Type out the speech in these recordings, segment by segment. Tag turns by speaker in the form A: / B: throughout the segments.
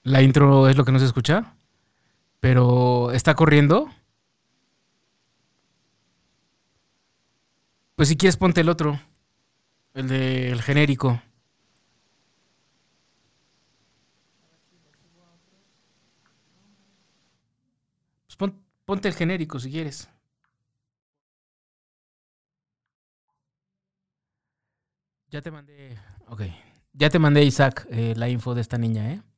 A: La intro es lo que no se escucha, pero está corriendo. Pues si quieres ponte el otro, el del genérico. Pues ponte el genérico si quieres. Ya te mandé. Ok. Ya te mandé, Isaac, la info de esta niña, ¿eh?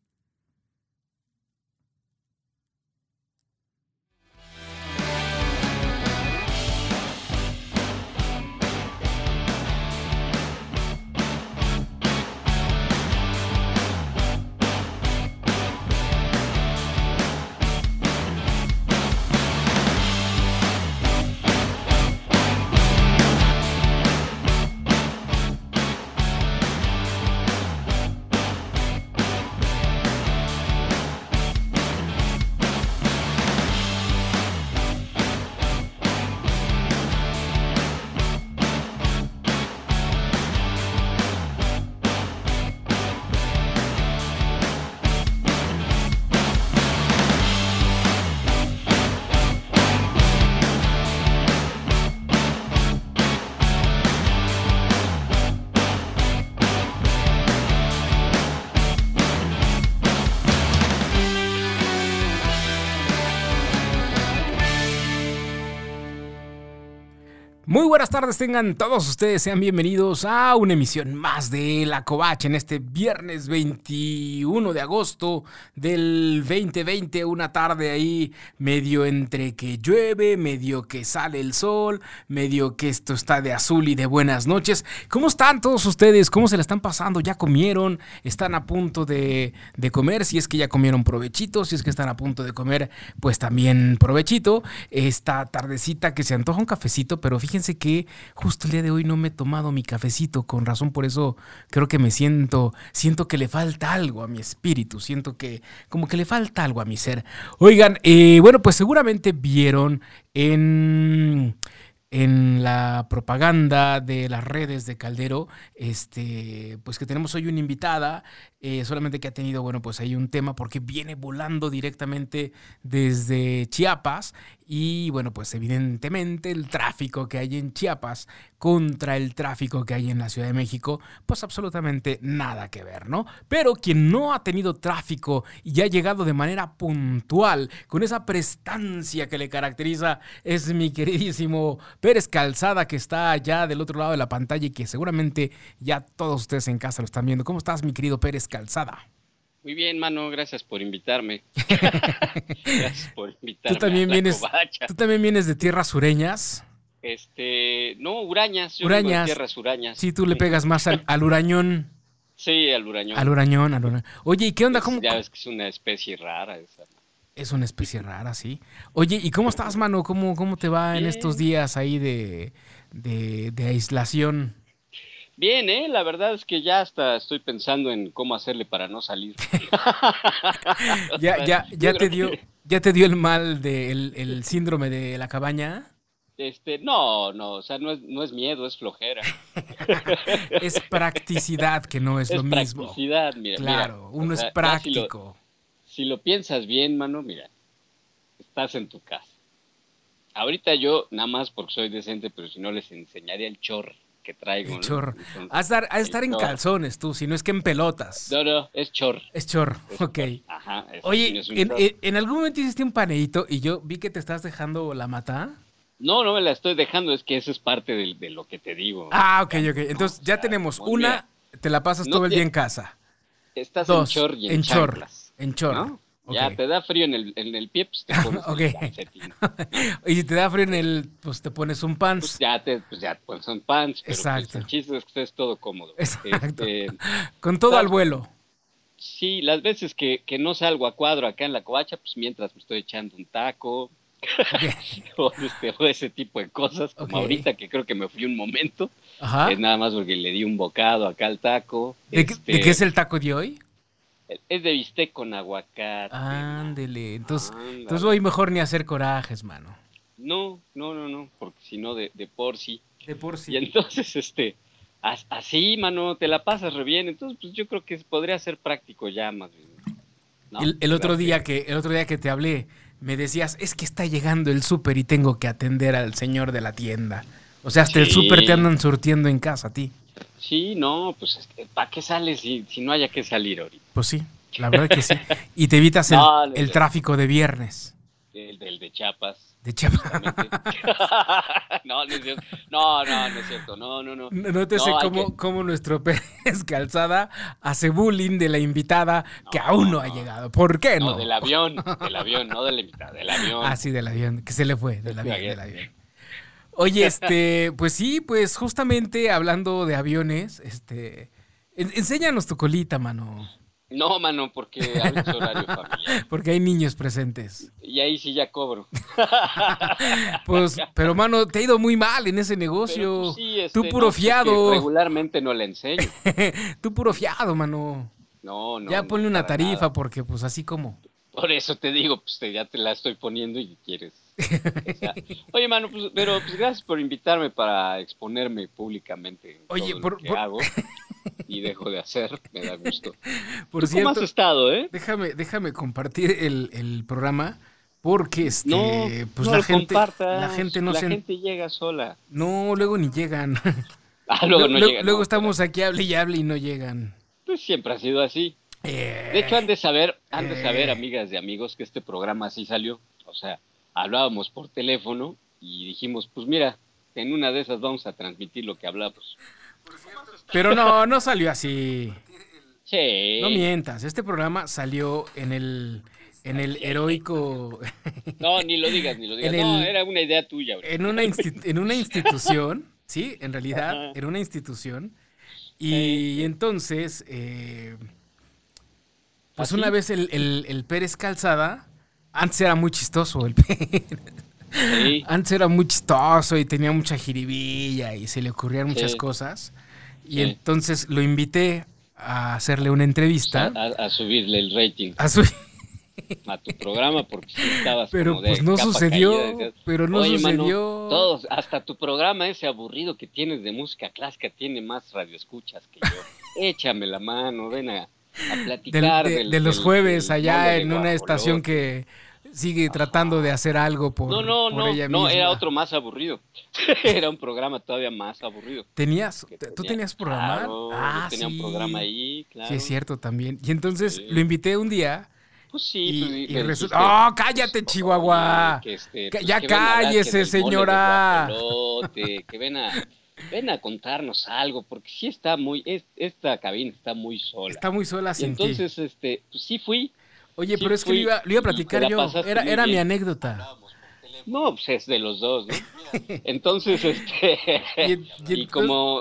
A: Muy buenas tardes, tengan todos ustedes, sean bienvenidos a una emisión más de La Covacha en este viernes 21 de agosto del 2020, una tarde ahí medio entre que llueve, medio que sale el sol, medio que esto está de azul y de buenas noches. ¿Cómo están todos ustedes? ¿Cómo se la están pasando? ¿Ya comieron? ¿Están a punto de comer? Si es que ya comieron, provechito. Si es que están a punto de comer, pues también provechito. Esta tardecita que se antoja un cafecito, pero fíjense que justo el día de hoy no me he tomado mi cafecito, con razón por eso creo que siento que le falta algo a mi espíritu, siento que como que le falta algo a mi ser. Oigan, bueno, pues seguramente vieron en la propaganda de las redes de Caldero, pues que tenemos hoy una invitada, solamente que ha tenido, bueno, pues ahí un tema porque viene volando directamente desde Chiapas y, bueno, pues evidentemente el tráfico que hay en Chiapas contra el tráfico que hay en la Ciudad de México, pues absolutamente nada que ver, ¿no? Pero quien no ha tenido tráfico y ha llegado de manera puntual, con esa prestancia que le caracteriza, es mi queridísimo Pérez Calzada, que está allá del otro lado de la pantalla y que seguramente ya todos ustedes en casa lo están viendo. ¿Cómo estás, mi querido Pérez Calzada?
B: Muy bien, mano, gracias por invitarme. Gracias por
A: ¿Tú
B: invitarme a
A: también
B: la
A: vienes,
B: covacha.
A: tú también vienes de tierras sureñas?
B: No, Urañas, yo vengo de
A: Urañas.
B: tierras Urañas.
A: Sí, tú le pegas más al urañón.
B: Sí, al
A: Al
B: Urañón.
A: urañón, al urañón. Oye, ¿y qué onda?
B: Ya ves que es una especie rara esa.
A: Es una especie rara, sí. Oye, ¿y cómo estás, mano? ¿Cómo te va en estos
B: Bien,
A: días ahí de aislación?
B: bien, la verdad es que ya hasta estoy pensando en cómo hacerle para no salir. O
A: ¿Ya,
B: sea,
A: ya,
B: yo
A: ya
B: creo
A: te dio,
B: que,
A: ya te dio el mal el síndrome de la cabaña?
B: no, no, o sea, no es miedo, es flojera.
A: Es practicidad, que no es lo
B: Es
A: mismo.
B: practicidad, mira,
A: Claro,
B: o
A: uno es
B: sea, ya si lo,
A: práctico.
B: si lo piensas bien, mano, mira, estás en tu casa. Ahorita yo, nada más porque soy decente, pero si no les enseñaría el chor que traigo,
A: El
B: ¿no?
A: chor.
B: Entonces,
A: A
B: el
A: estar en
B: chor.
A: calzones tú, si no es que en pelotas.
B: No, no, es chor.
A: Es chor,
B: Es
A: ok.
B: chor. Ajá, ese sí no
A: Oye,
B: es un chor.
A: en algún momento hiciste un paneíto y yo vi que te estás dejando la mata.
B: No, no me la estoy dejando, es que eso es parte de lo que te digo,
A: Ah, ok, ok.
B: Cami, ¿no?
A: Entonces
B: O
A: ya
B: sea,
A: tenemos
B: mira,
A: una, te la pasas
B: no
A: todo el día
B: te,
A: en casa.
B: estás en
A: Dos,
B: chor y en
A: en chor.
B: chanclas,
A: En chor.
B: ¿no?
A: Ok.
B: Ya te da frío en el pie, pues te pones
A: Ok.
B: el calcetín, ¿no?
A: Y si te da frío en
B: Es-
A: pues te pones un
B: pues
A: pants.
B: ya te pones un pants, pero pues el
A: Exacto.
B: chiste es que estés todo cómodo.
A: Exacto. Con todo al
B: ¿Sabes?
A: vuelo.
B: Sí, las veces que no salgo a cuadro acá en la covacha, pues mientras me estoy echando un taco
A: Ok.
B: o ese tipo de cosas,
A: Ok.
B: como ahorita que creo que me fui un momento, es
A: Ajá.
B: nada más porque le di un bocado acá al taco,
A: De qué es el taco de hoy?
B: es de bistec con aguacate, man.
A: Ándele. Entonces
B: Ándale.
A: hoy mejor ni hacer corajes, mano.
B: No, no, no, no, porque si no de por sí.
A: De por
B: Y
A: sí.
B: entonces, así, mano, te la pasas re bien. Entonces, pues yo creo que podría ser práctico ya, más bien. ¿no?
A: El otro día que te hablé, me decías, es que está llegando el súper y tengo que atender al señor de la tienda. O sea, hasta el súper te andan surtiendo en casa a ti.
B: Sí, no, pues ¿para qué sales si no haya que salir ahorita?
A: Pues sí, la verdad que sí. Y te evitas
B: No, no es
A: el
B: cierto.
A: tráfico de viernes.
B: El de Chiapas,
A: De Chiapas.
B: justamente. No, no es cierto. No, no es cierto. No.
A: Nótese
B: No, hay que.
A: cómo nuestro Pérez Calzada hace bullying de la invitada que aún no ha
B: No.
A: llegado. ¿Por qué
B: No,
A: no?
B: del avión, no de la mitad, del avión.
A: Ah, sí, del avión, que se le fue, del avión,
B: Avión.
A: del avión. Oye, pues sí, pues justamente hablando de aviones, enséñanos tu colita, mano,
B: No, mano, porque ahorita es horario familiar.
A: porque hay niños presentes.
B: Y ahí sí ya cobro.
A: Pues, pero mano, te ha ido muy mal en ese
B: Pero pues
A: negocio.
B: sí,
A: Tú puro
B: no, pues es que
A: fiado,
B: regularmente no la enseño.
A: tú puro fiado, mano.
B: No,
A: Ya ponle una
B: para
A: tarifa
B: nada.
A: porque pues así como.
B: Por eso te digo, pues ya te la estoy poniendo y quieres. O sea, oye, mano, pero pues gracias por invitarme para exponerme públicamente en
A: Oye,
B: todo lo que hago y dejo de hacer, me da gusto.
A: por
B: ¿Tú cómo has
A: cierto,
B: estado, eh?
A: déjame compartir el programa porque
B: No,
A: pues
B: no
A: la
B: lo
A: gente,
B: compartas,
A: no
B: la
A: se,
B: gente llega sola.
A: no, luego ni llegan.
B: Ah, luego no llega,
A: Luego
B: no,
A: estamos
B: espera.
A: aquí, hable y no llegan.
B: Pues siempre ha sido así. De hecho,
A: Eh,
B: han de saber,
A: eh,
B: amigas y amigos, que este programa así salió. O sea, hablábamos por teléfono y dijimos, pues mira, en una de esas vamos a transmitir lo que hablamos.
A: pero no salió así. No
B: Sí.
A: mientas, este programa salió en el heroico,
B: No, ni lo digas, ni lo
A: en
B: digas. No,
A: el,
B: era una idea tuya, bro.
A: en una institución, sí, en realidad,
B: Ajá.
A: en una institución.
B: Sí,
A: Y
B: sí.
A: entonces, pues una
B: ¿Así?
A: vez el Pérez Calzada, antes era muy chistoso el Pérez.
B: Sí,
A: Antes era muy chistoso y tenía mucha jiribilla y se le ocurrían muchas
B: sí,
A: cosas. Y
B: sí.
A: entonces lo invité a hacerle una
B: Pues
A: entrevista
B: a subirle el rating
A: a su...
B: a tu programa porque sí estabas como
A: Pero pues
B: de
A: no
B: capa caída.
A: sucedió,
B: Decías,
A: pero no
B: oye, mano,
A: sucedió.
B: todos, hasta tu programa ese aburrido que tienes de música clásica tiene más radioescuchas que yo. Échame la mano, ven a platicar
A: De los jueves
B: del mole
A: allá
B: de
A: en una estación
B: guajolote.
A: que sigue tratando de
B: Ajá.
A: hacer algo por ella
B: No, era
A: misma.
B: otro más aburrido. Era un programa todavía más aburrido. Que
A: ¿Tú
B: tenía,
A: tenías programa?
B: claro, yo
A: Ah,
B: tenía un programa
A: sí.
B: ahí,
A: Sí, es
B: claro.
A: cierto también. Y entonces lo
B: Sí.
A: invité un día
B: Pues sí, pues,
A: y
B: me
A: resulta...
B: dijiste,
A: ¡Oh,
B: pues,
A: cállate,
B: oye,
A: Chihuahua!
B: que pues
A: Ya
B: que ven a hablar que
A: cállese,
B: del mole de
A: señora.
B: guajolote, que ven a contarnos algo, porque sí está esta cabina está muy sola.
A: Está muy sola
B: Y
A: sin ti.
B: entonces, pues
A: Oye,
B: sí
A: pero es que
B: fui,
A: lo iba a
B: y te
A: platicar
B: la
A: yo.
B: pasaste muy
A: Era mi
B: bien.
A: anécdota.
B: No, pues es de los dos, ¿no? Entonces,
A: Y, y
B: y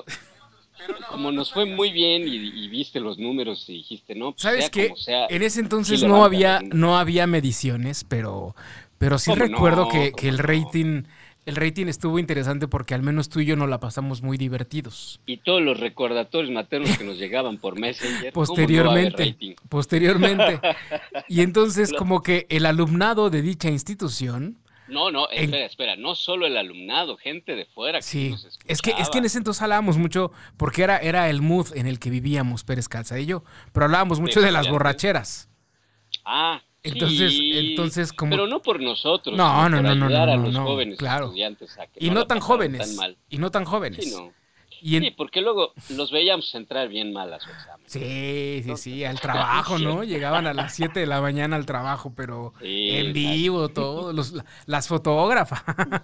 B: como nos fue muy bien y viste los números y dijiste, no, pues
A: ¿Sabes
B: sea como
A: qué?
B: sea,
A: En ese
B: sí
A: entonces
B: levanta los números.
A: no había mediciones, pero sí
B: ¿Cómo
A: recuerdo
B: no?
A: que
B: ¿Cómo no?
A: el rating estuvo interesante porque al menos tú y yo nos la pasamos muy divertidos.
B: Y todos los recordatorios maternos que nos llegaban por Messenger, ¿cómo no va a haber rating?
A: Posteriormente. Y entonces
B: Lo-
A: como que el alumnado de dicha institución,
B: No,
A: en-
B: espera, no solo el alumnado, gente de fuera que sí
A: sí,
B: nos
A: es que en
B: escuchaba.
A: ese entonces hablábamos mucho, porque era el mood en el que vivíamos Pérez Calzada y yo, pero hablábamos
B: De
A: mucho de las
B: estudiantes.
A: borracheras.
B: Ah, sí,
A: Entonces como
B: pero no por nosotros,
A: no,
B: sino
A: no,
B: por
A: no, no, no,
B: ayudar a
A: no,
B: los
A: no,
B: jóvenes
A: claro.
B: estudiantes a que
A: Y
B: no
A: no
B: la
A: tan
B: pasaran tan
A: jóvenes,
B: mal.
A: y no tan
B: Sí,
A: jóvenes.
B: no.
A: Y
B: Sí, porque luego los veíamos entrar bien mal a su examen.
A: sí, al
B: No es
A: trabajo, ¿no?
B: cierto.
A: Llegaban a las 7 de la mañana al trabajo, pero
B: Sí,
A: en
B: exacto.
A: vivo, las fotógrafas.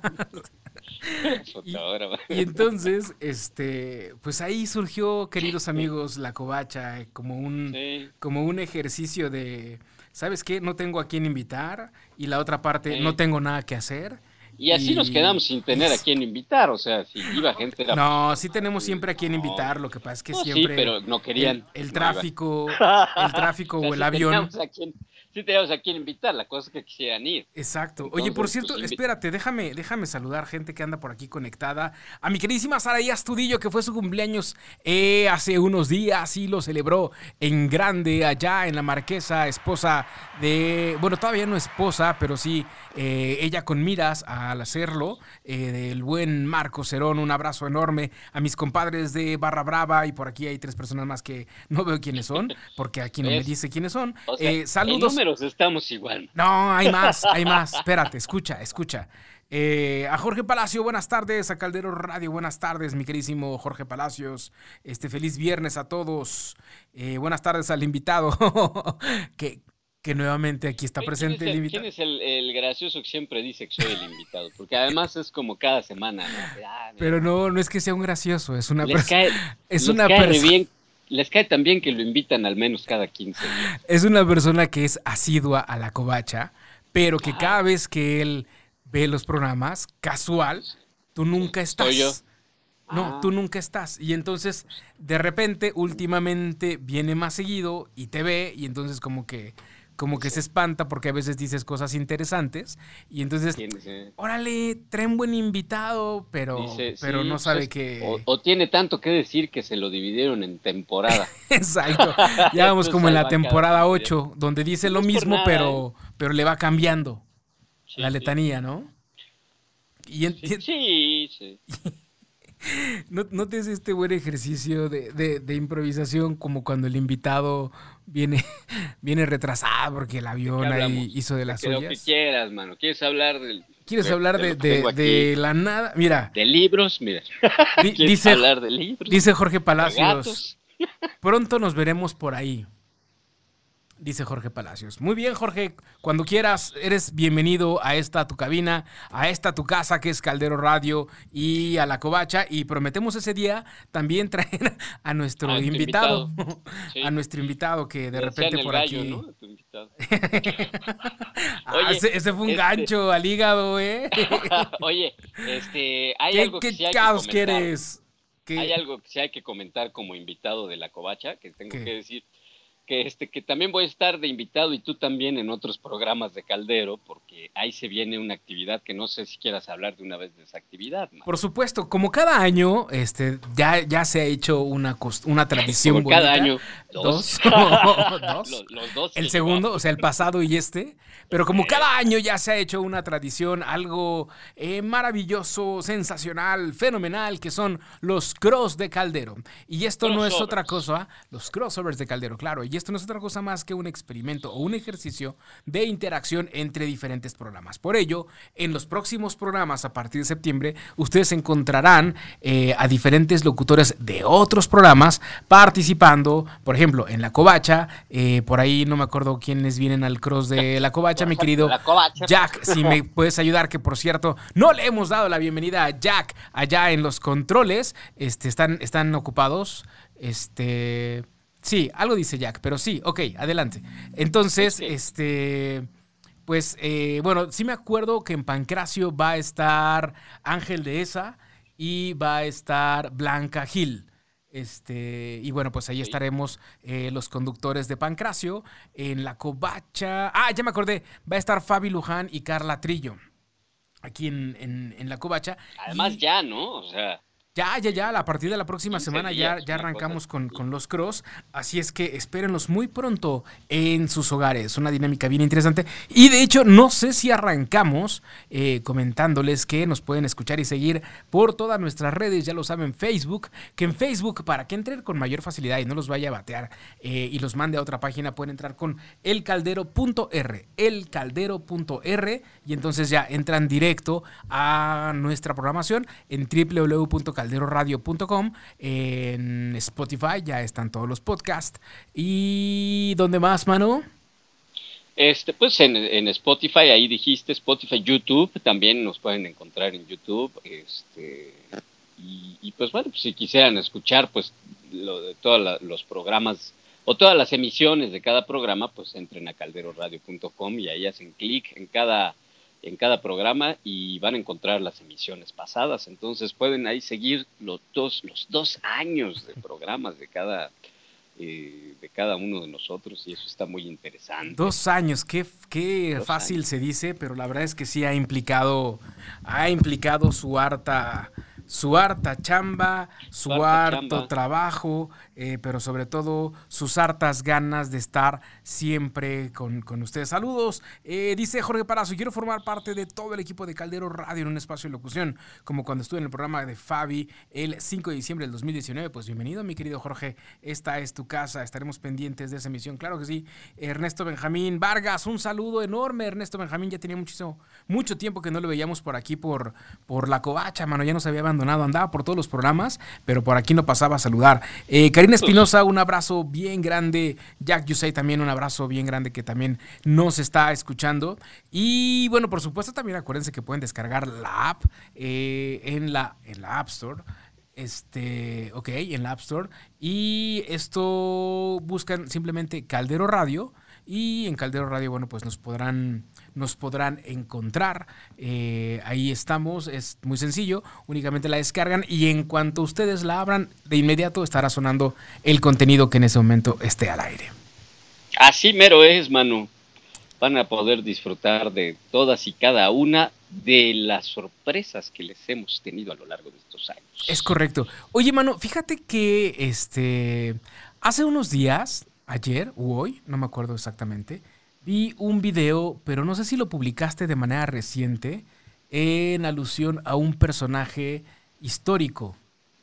A: Y,
B: Fotógrafo.
A: y entonces, pues ahí surgió, queridos amigos, la covacha,
B: Sí,
A: como un ejercicio de, ¿sabes qué? No tengo a quién invitar, y la otra parte, no
B: sí.
A: tengo nada que hacer.
B: Y así nos quedamos sin tener a quién invitar, o sea, si iba gente era
A: No, sí tenemos siempre a quien
B: no,
A: invitar, lo que pasa es que
B: no sí,
A: siempre
B: pero no querían,
A: el
B: no iban.
A: tráfico, el tráfico
B: O sea,
A: o el
B: si
A: avión,
B: teníamos a quién, sí tenemos a quien invitar, la cosa es que quisieran ir.
A: Exacto.
B: Entonces,
A: Oye, por cierto,
B: pues,
A: espérate, déjame saludar gente que anda por aquí conectada. A mi queridísima Saraí Astudillo, que fue su cumpleaños hace unos días y lo celebró en grande allá en la Marquesa, esposa de, bueno, todavía no esposa, pero sí, ella con miras al hacerlo, del buen Marco Cerón. Un abrazo enorme a mis compadres de Barra Brava y por aquí hay 3 personas más que no veo quiénes son, porque aquí no me
B: ¿ves?
A: dice quiénes son.
B: O sea, en
A: Saludos.
B: números estamos igual.
A: No, hay más, hay más. Espérate, escucha. A Jorge Palacio, buenas tardes. A Caldero Radio, buenas tardes, mi queridísimo Jorge Palacios. Feliz viernes a todos. Buenas tardes al invitado. que, que nuevamente aquí está
B: Oye,
A: presente el
B: ¿quién
A: invitado.
B: es el gracioso que siempre dice que soy el invitado? Porque además es como cada semana, ¿no?
A: Pero
B: Mira,
A: no es que sea un gracioso, es una
B: les
A: persona.
B: cae,
A: Es
B: les
A: una
B: cae re
A: persona.
B: bien, les cae tan bien que lo invitan al menos cada 15 días.
A: Es una persona que es asidua a la covacha, pero que
B: Ajá,
A: cada vez que él ve los programas, casual, tú
B: sí,
A: nunca
B: soy yo.
A: estás. No, tú
B: Ah,
A: nunca estás. Y entonces, de repente, últimamente viene más seguido y te ve y entonces como que se
B: sí.
A: espanta porque a veces dices cosas interesantes y entonces, órale, traen buen invitado, pero,
B: Dice,
A: pero
B: sí,
A: no
B: pues
A: sabe que...
B: o tiene tanto que decir que se lo dividieron en temporada.
A: Exacto. Ya vamos
B: Entonces
A: como en
B: ahí
A: la
B: va cada
A: temporada
B: 15 días.
A: 8 donde dice
B: Y no
A: lo
B: es por
A: mismo,
B: nada, ¿eh?
A: pero le va cambiando la
B: Sí, sí.
A: letanía, ¿no? Y
B: Sí, sí, sí.
A: ¿no te hace este buen ejercicio de improvisación como cuando el invitado viene, viene retrasado porque el
B: ¿De qué
A: avión ahí
B: hablamos?
A: hizo de
B: De
A: las
B: que lo que
A: suyas?
B: quieras, mano. ¿Quieres hablar
A: ¿Quieres hablar
B: de lo que tengo aquí?
A: de la nada? Mira,
B: ¿De libros? Mira. ¿Quieres
A: dice,
B: hablar de libros?
A: dice Jorge
B: ¿De
A: Palacios,
B: gatos?
A: pronto nos veremos por ahí. Dice Jorge Palacios. Muy bien, Jorge. Cuando quieras, eres bienvenido a esta tu cabina, a esta tu casa que es Caldero Radio y a la Covacha. Y prometemos ese día también traer a nuestro
B: Ah, tu
A: invitado.
B: invitado.
A: A
B: Sí.
A: nuestro invitado que de
B: Le decían
A: repente
B: el
A: por
B: gallo,
A: aquí.
B: ¿no? A tu invitado.
A: Ah,
B: Oye,
A: ese fue un
B: este.
A: gancho al hígado, ¿eh?
B: Oye, hay
A: ¿Qué,
B: algo que
A: qué
B: sí hay que
A: caos
B: comentar.
A: quieres?
B: Hay
A: ¿Qué?
B: algo que sí hay que comentar como invitado de la Covacha, que tengo que
A: ¿Qué?
B: decir que también voy a estar de invitado y tú también en otros programas de Caldero, porque ahí se viene una actividad que no sé si quieras hablar de una vez de esa actividad, man.
A: Por supuesto, como cada año, ya se ha hecho una tradición
B: Como cada
A: bonita.
B: año, dos.
A: Dos, dos.
B: Los dos
A: El
B: que
A: segundo, o
B: llevamos.
A: sea, el pasado y este. Pero como
B: Eh,
A: cada año ya se ha hecho una tradición, algo maravilloso, sensacional, fenomenal, que son los cross de Caldero. Y esto no es otra
B: Crossovers.
A: cosa, los crossovers de Caldero, claro. Y esto no es otra cosa más que un experimento o un ejercicio de interacción entre diferentes programas. Por ello, en los próximos programas, a partir de septiembre, ustedes encontrarán a diferentes locutores de otros programas participando, por ejemplo, en La Covacha. Por ahí no me acuerdo quiénes vienen al cross de La Covacha, mi querido
B: La Covacha.
A: Jack, si me puedes ayudar, que por cierto, no le hemos dado la bienvenida a Jack allá en los controles. Están ocupados. Sí, algo dice Jack, pero sí, ok, adelante. Entonces,
B: Ok.
A: pues, bueno, sí me acuerdo que en Pancracio va a estar Ángel de Esa y va a estar Blanca Gil. Y bueno, pues ahí
B: Ok.
A: estaremos los conductores de Pancracio. En la Covacha. Ah, ya me acordé. Va a estar Fabi Luján y Carla Trillo. Aquí en la Covacha.
B: Además
A: Y
B: ya, ¿no? O sea,
A: ya, a partir de la
B: en
A: próxima
B: 15
A: semana ya,
B: días,
A: ya
B: una cosa
A: arrancamos
B: así.
A: con los cross, así es que espérenlos muy pronto en sus hogares, una dinámica bien interesante. Y de hecho, no sé si arrancamos comentándoles que nos pueden escuchar y seguir por todas nuestras redes, ya lo saben, Facebook, que en Facebook, para que entren con mayor facilidad y no los vaya a batear y los mande a otra página, pueden entrar con elcaldero.r, y entonces ya entran directo a nuestra programación en www.calderoradio.com. En Spotify ya están todos los podcasts. ¿Y dónde más, mano?
B: Pues en Spotify, ahí dijiste, Spotify, YouTube, también nos pueden encontrar en YouTube, y pues bueno, pues si quisieran escuchar, pues, lo de todos los programas, o todas las emisiones de cada programa, pues entren a calderoradio.com y ahí hacen clic en cada programa y van a encontrar las emisiones pasadas, entonces pueden ahí seguir los dos años de programas de cada uno de nosotros, y eso está muy interesante.
A: 2 años, qué fácil se dice, pero la verdad es que sí ha implicado su harta chamba, su harto trabajo, pero sobre todo sus hartas ganas de estar siempre con ustedes. Saludos, dice Jorge Parazo, quiero formar parte de todo el equipo de Caldero Radio en un espacio de locución, como cuando estuve en el programa de Fabi el 5 de diciembre del 2019. Pues bienvenido, mi querido Jorge, esta es tu casa, estaremos pendientes de esa emisión, claro que sí. Ernesto Benjamín Vargas, un saludo enorme, Ernesto Benjamín, ya tenía mucho tiempo que no lo veíamos por aquí, por la Covacha, mano, ya nos había abandonado, andaba por todos los programas, pero por aquí no pasaba a saludar. Karina Espinosa, un abrazo bien grande. Jack Yusei también un abrazo bien grande, que también nos está escuchando. Y bueno, por supuesto también acuérdense que pueden descargar la app en la App Store. En la App Store. Y esto buscan simplemente Caldero Radio. Y en Caldero Radio, bueno, pues nos podrán encontrar. Ahí estamos, es muy sencillo, únicamente la descargan y en cuanto ustedes la abran, de inmediato estará sonando el contenido que en ese momento esté al aire.
B: Así mero es, mano. Van a poder disfrutar de todas y cada una de las sorpresas que les hemos tenido a lo largo de estos años.
A: Es correcto. Oye, mano, fíjate que hace unos días, ayer o hoy, no me acuerdo exactamente, vi un video, pero no sé si lo publicaste de manera reciente, en alusión a un personaje histórico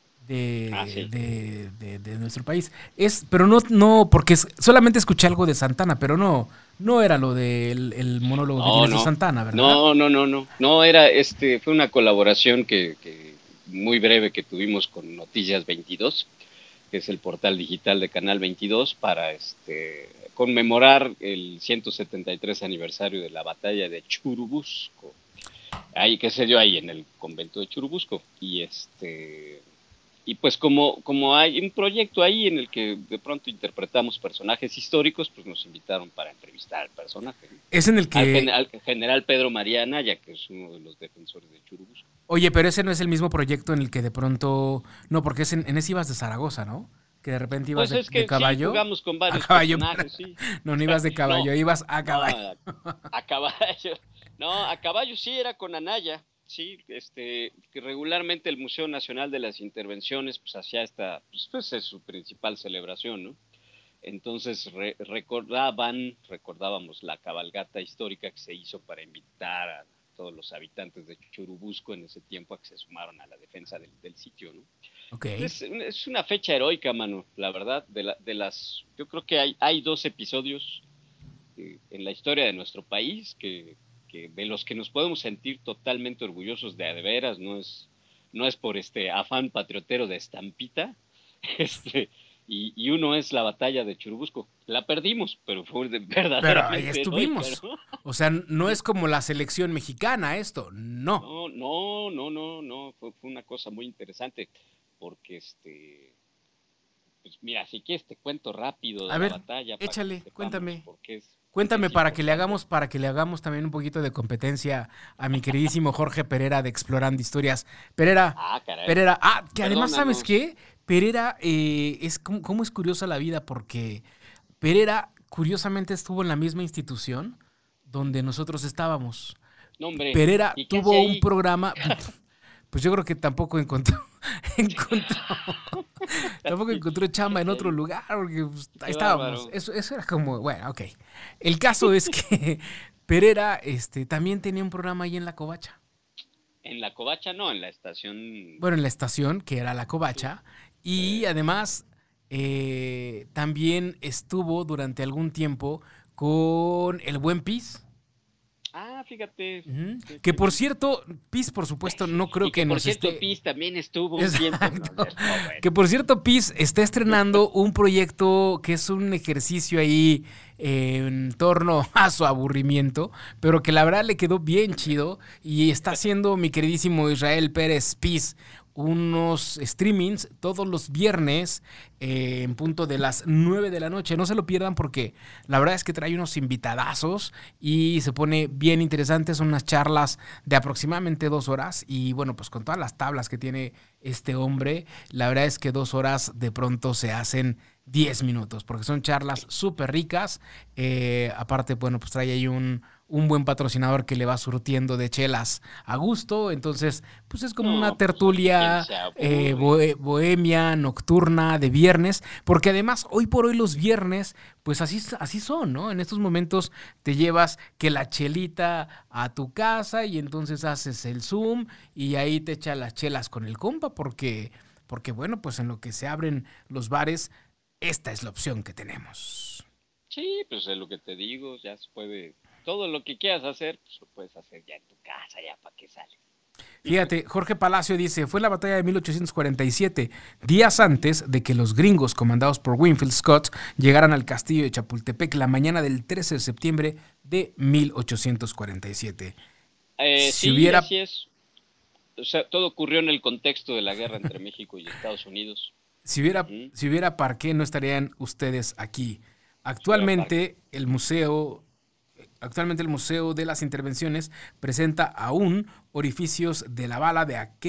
A: de nuestro país. Pero no, porque solamente escuché algo de Santana, pero no era lo del monólogo de Santana, ¿verdad?
B: No, fue una colaboración que muy breve que tuvimos con Noticias 22, que es el portal digital de Canal 22, para conmemorar el 173 aniversario de la batalla de Churubusco, que se dio ahí en el convento de Churubusco. Y pues como hay un proyecto ahí en el que de pronto interpretamos personajes históricos, pues nos invitaron para entrevistar al personaje.
A: Es en el que...
B: Al general Pedro Mariana, ya que es uno de los defensores de Churubusco.
A: Oye, pero ese no es el mismo proyecto en el que de pronto... No, porque en ese ibas de Zaragoza, ¿no? Que de repente ibas
B: pues
A: de caballo.
B: Sí, jugamos con varios
A: personajes,
B: sí.
A: No ibas de caballo, ibas a caballo.
B: A caballo. No, a caballo sí era con Anaya. Sí, que regularmente el Museo Nacional de las Intervenciones pues hacía pues es su principal celebración, ¿no? Entonces recordábamos la cabalgata histórica que se hizo para invitar a todos los habitantes de Churubusco en ese tiempo a que se sumaron a la defensa del sitio, ¿no?
A: Okay.
B: Es una fecha heroica, mano, la verdad. Yo creo que hay 2 episodios en la historia de nuestro país que de los que nos podemos sentir totalmente orgullosos de veras, no es por afán patriotero de estampita, y uno es la batalla de Churubusco. La perdimos, pero fue verdaderamente
A: pero ahí estuvimos,
B: heroica, ¿no?
A: O sea, no es como la selección mexicana esto, no.
B: No, fue una cosa muy interesante, porque pues mira, si quieres te cuento rápido de la batalla.
A: Échale, cuéntame. Cuéntame para que le hagamos también un poquito de competencia a mi queridísimo Jorge Perera de Explorando Historias. Perera, que además, ¿sabes qué? Perera, cómo es curiosa la vida, porque Perera curiosamente estuvo en la misma institución donde nosotros estábamos.
B: No, hombre.
A: Perera tuvo un programa, pues yo creo que tampoco encontró chamba en otro lugar, porque pues, ahí estábamos. Eso era como, bueno, ok. El caso es que Perera también tenía un programa ahí en La Covacha.
B: En La Covacha no, en la estación.
A: Bueno, en la estación, que era La Covacha. Y además también estuvo durante algún tiempo con el buen Piz.
B: Ah, fíjate.
A: Que por cierto, Piz, por supuesto, no creo que nos esté...
B: Por cierto, Piz también estuvo un tiempo.
A: Que por cierto, Piz está estrenando un proyecto que es un ejercicio ahí en torno a su aburrimiento, pero que la verdad le quedó bien chido y está haciendo mi queridísimo Israel Pérez Piz unos streamings todos los viernes en punto de las 9 de la noche. No se lo pierdan porque la verdad es que trae unos invitadazos y se pone bien interesante. Son unas charlas de aproximadamente 2 horas y bueno, pues con todas las tablas que tiene este hombre, la verdad es que 2 horas de pronto se hacen 10 minutos porque son charlas súper ricas. Aparte, bueno, pues trae ahí un buen patrocinador que le va surtiendo de chelas a gusto, entonces pues es como una
B: No, pues aquí quien
A: tertulia
B: se aburre.
A: bohemia, nocturna, de viernes, porque además hoy por hoy los viernes pues así son, ¿no? En estos momentos te llevas que la chelita a tu casa y entonces haces el Zoom y ahí te echas las chelas con el compa porque bueno, pues en lo que se abren los bares, esta es la opción que tenemos.
B: Sí, pues es lo que te digo, ya se puede, todo lo que quieras hacer, pues lo puedes hacer ya en tu casa, ya para qué sales.
A: Fíjate, Jorge Palacio dice, fue la batalla de 1847, días antes de que los gringos comandados por Winfield Scott llegaran al castillo de Chapultepec la mañana del 13 de septiembre de 1847. Si
B: Sí,
A: hubiera,
B: así es. O sea, todo ocurrió en el contexto de la guerra entre México y Estados Unidos.
A: si hubiera,
B: Ujú.
A: si hubiera par qué, no estarían ustedes aquí.
B: Ciudad Parque.
A: Actualmente el Museo de las Intervenciones presenta aún orificios de la bala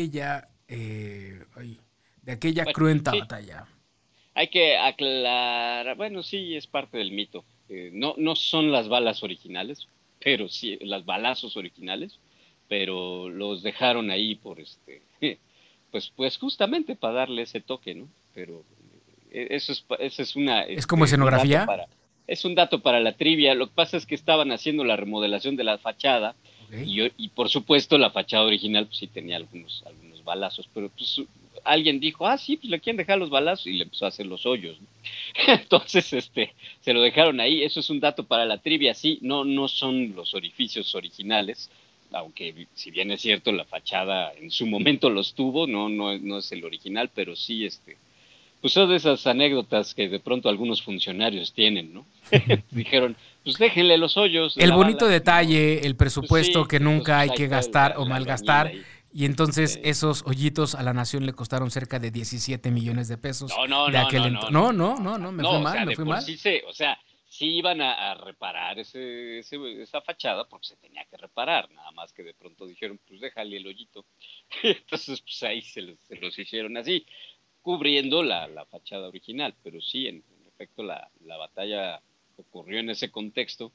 A: de aquella
B: Bueno,
A: cruenta
B: sí,
A: batalla.
B: hay que aclarar, bueno, sí, es parte del mito. No son las balas originales, pero sí, las balazos originales, pero los dejaron ahí por pues justamente para darle ese toque, ¿no? Pero eso es
A: Es como
B: un dato
A: escenografía.
B: es un dato para la trivia. Lo que pasa es que estaban haciendo la remodelación de la fachada
A: Ok.
B: y por supuesto la fachada original pues sí tenía algunos balazos, pero pues alguien dijo, ah, sí, pues le quieren dejar los balazos y le empezó a hacer los hoyos, ¿no? Entonces, se lo dejaron ahí. Eso es un dato para la trivia. Sí, no son los orificios originales, aunque si bien es cierto, la fachada en su momento los tuvo, no es el original, pero sí, pues son de esas anécdotas que de pronto algunos funcionarios tienen, ¿no? Dijeron, pues déjenle los hoyos de
A: El
B: la
A: bonito
B: bala, ni modo.
A: detalle, el
B: Pues
A: presupuesto
B: sí,
A: que
B: entonces
A: nunca
B: pues
A: hay
B: ahí
A: que
B: está
A: gastar o
B: el albañil
A: malgastar.
B: ahí.
A: Y entonces
B: Sí.
A: esos hoyitos a la nación le costaron cerca de 17 millones de pesos de aquel entonces.
B: No,
A: No,
B: no,
A: no,
B: no,
A: no, no, me fue
B: no, o
A: mal,
B: sea,
A: me
B: de
A: fue
B: por
A: mal.
B: sí o sea, sí iban a reparar esa fachada porque se tenía que reparar, nada más que de pronto dijeron, pues déjale el hoyito. Entonces, pues ahí se los hicieron así, cubriendo la fachada original, pero sí, en efecto, la batalla ocurrió en ese contexto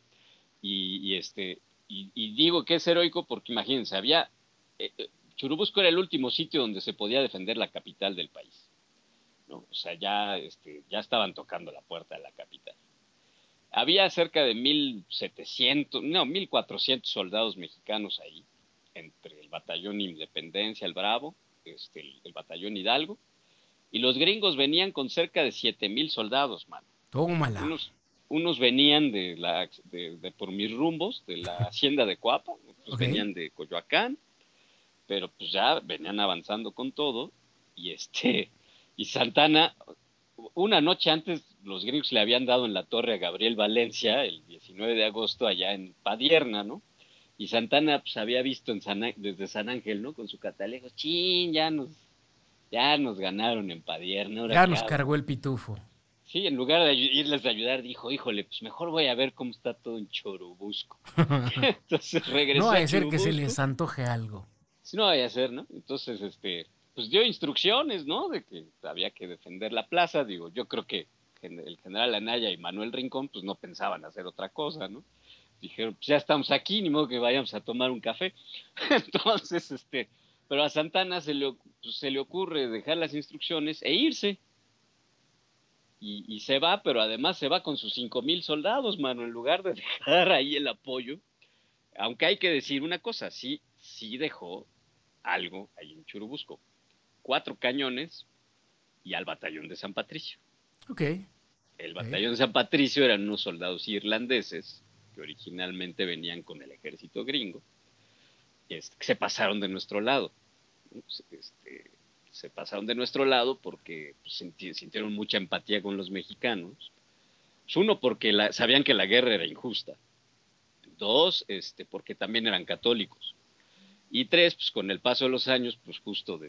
B: y digo que es heroico porque imagínense, eh, eh, Churubusco era el último sitio donde se podía defender la capital del país, ¿no? O sea, ya estaban tocando la puerta de la capital. Había cerca de 1,700, no, 1,400 soldados mexicanos ahí, entre el batallón Independencia, el Bravo, el batallón Hidalgo, y los gringos venían con cerca de 7,000 soldados, mano.
A: Tómala.
B: Unos, unos venían por mis rumbos, de la hacienda de Coapa, otros
A: Ok.
B: venían de Coyoacán, pero pues ya venían avanzando con todo, y y Santana, una noche antes los gringos le habían dado en la torre a Gabriel Valencia, el 19 de agosto, allá en Padierna, ¿no? Y Santana pues había visto desde San Ángel, ¿no? Con su catalejo, chin, ya nos ganaron en Padierna, ¿ahora
A: Ya
B: qué
A: nos
B: hago?
A: cargó el pitufo.
B: Sí, en lugar de irles a ayudar, dijo, híjole, pues mejor voy a ver cómo está todo en Churubusco. Entonces
A: No
B: regresó
A: va
B: a
A: a ser que se les
B: Churubusco,
A: antoje algo.
B: si no vaya a ser, ¿no? Entonces, pues dio instrucciones, ¿no? De que había que defender la plaza. Digo, yo creo que el general Anaya y Manuel Rincón, pues no pensaban hacer otra cosa, ¿no? Dijeron, pues ya estamos aquí, ni modo que vayamos a tomar un café. Entonces, pero a Santana pues, se le ocurre dejar las instrucciones e irse. Y se va, pero además se va con sus 5,000 soldados, mano, en lugar de dejar ahí el apoyo. Aunque hay que decir una cosa, sí dejó algo ahí en Churubusco. 4 cañones y al batallón de San Patricio.
A: Ok.
B: El
A: Ok.
B: batallón de San Patricio eran unos soldados irlandeses que originalmente venían con el ejército gringo, que se pasaron de nuestro lado. Se pasaron de nuestro lado porque pues, sintieron mucha empatía con los mexicanos. Uno, porque sabían que la guerra era injusta. Dos, porque también eran católicos. Y tres, pues con el paso de los años, pues justo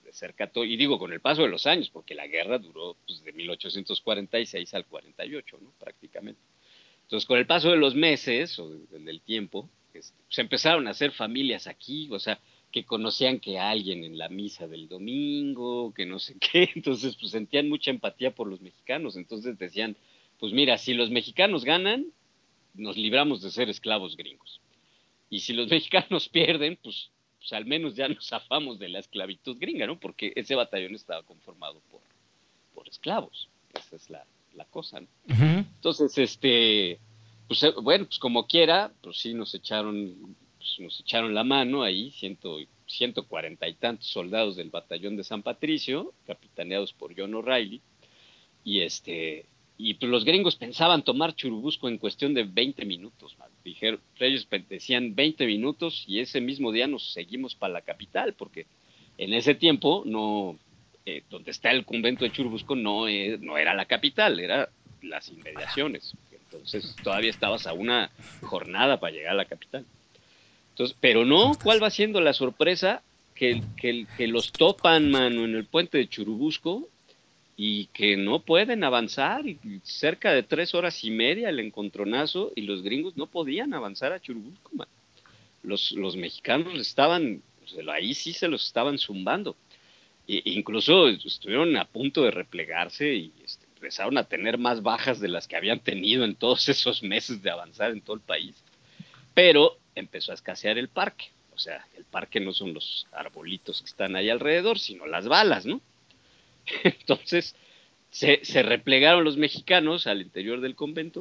B: ser católico, y digo con el paso de los años, porque la guerra duró pues, de 1846 al 48, ¿no? Prácticamente. Entonces, con el paso de los meses, o del tiempo, se empezaron a hacer familias aquí, o sea, que conocían que alguien en la misa del domingo, que no sé qué, entonces pues sentían mucha empatía por los mexicanos, entonces decían, pues mira, si los mexicanos ganan, nos libramos de ser esclavos gringos. Y si los mexicanos pierden, pues al menos ya nos zafamos de la esclavitud gringa, ¿no? Porque ese batallón estaba conformado por esclavos. Esa es la cosa, ¿no?
A: Uh-huh.
B: Entonces, pues bueno, pues como quiera, pues sí nos echaron la mano ahí, 140 y tantos soldados del batallón de San Patricio, capitaneados por John O'Reilly, y y pues los gringos pensaban tomar Churubusco en cuestión de 20 minutos, man. Ellos decían 20 minutos y ese mismo día nos seguimos para la capital, porque en ese tiempo donde está el convento de Churubusco no era la capital, era las inmediaciones. Entonces todavía estabas a una jornada para llegar a la capital. Entonces, pero no, ¿cuál va siendo la sorpresa? Que los topan, mano, en el puente de Churubusco y que no pueden avanzar, y cerca de 3 horas y media el encontronazo, y los gringos no podían avanzar a Churubusco, man. Los mexicanos estaban, ahí sí se los estaban zumbando, incluso estuvieron a punto de replegarse y empezaron a tener más bajas de las que habían tenido en todos esos meses de avanzar en todo el país, pero empezó a escasear el parque, o sea, el parque no son los arbolitos que están ahí alrededor, sino las balas, ¿no? Entonces se replegaron los mexicanos al interior del convento,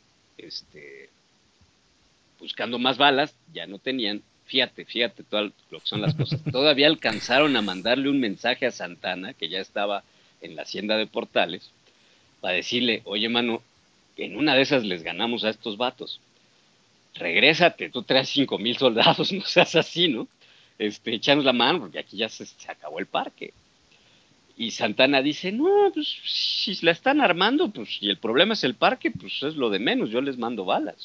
B: buscando más balas, ya no tenían. Fíjate todo lo que son las cosas. Todavía alcanzaron a mandarle un mensaje a Santana, que ya estaba en la hacienda de Portales, para decirle, oye, mano, en una de esas les ganamos a estos vatos. Regrésate, tú traes 5,000 soldados, no seas así, ¿no? Échanos la mano, porque aquí ya se acabó el parque. Y Santana dice, no, pues si la están armando, pues y el problema es el parque, pues es lo de menos, yo les mando balas.